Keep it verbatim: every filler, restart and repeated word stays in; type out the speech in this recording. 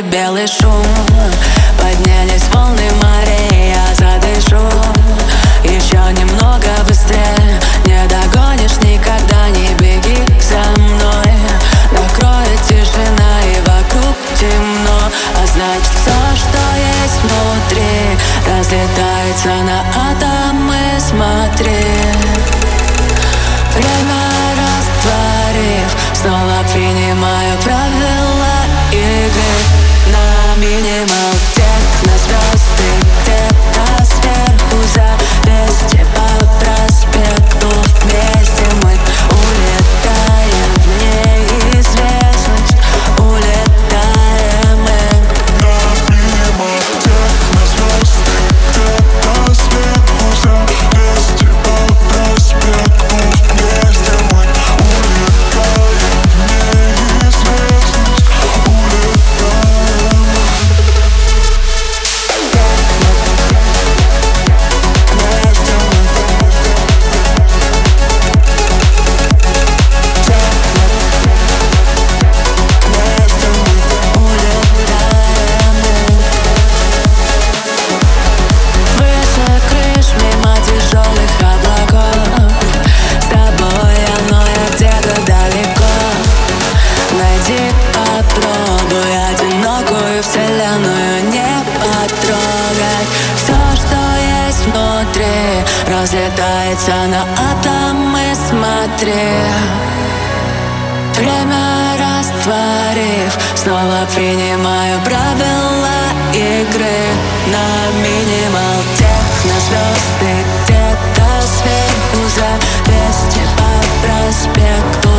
и белый шум. Поднялись волны морей, я задышу. Еще немного быстрее, не догонишь никогда, не беги за мной. Накроет тишина и вокруг темно, а значит все, что есть внутри, разлетается на атомы, смотри. Время растворив, снова принимаю правила игры. На минимал техно звезды где-то сверху, завести по проспекту. Вместе мы улетаем в неизвестность, улетаем мы. На минимал техно звезды где-то сверху, завести по проспекту. Вместе мы улетаем в неизвестность, улетаем мы. Попробуй одинокую вселенную не потрогать. Все, что есть внутри, разлетается на атомы, смотри. Время растворив, снова принимаю правила игры. На минимал техно звезды где-то сверху, завести по проспекту.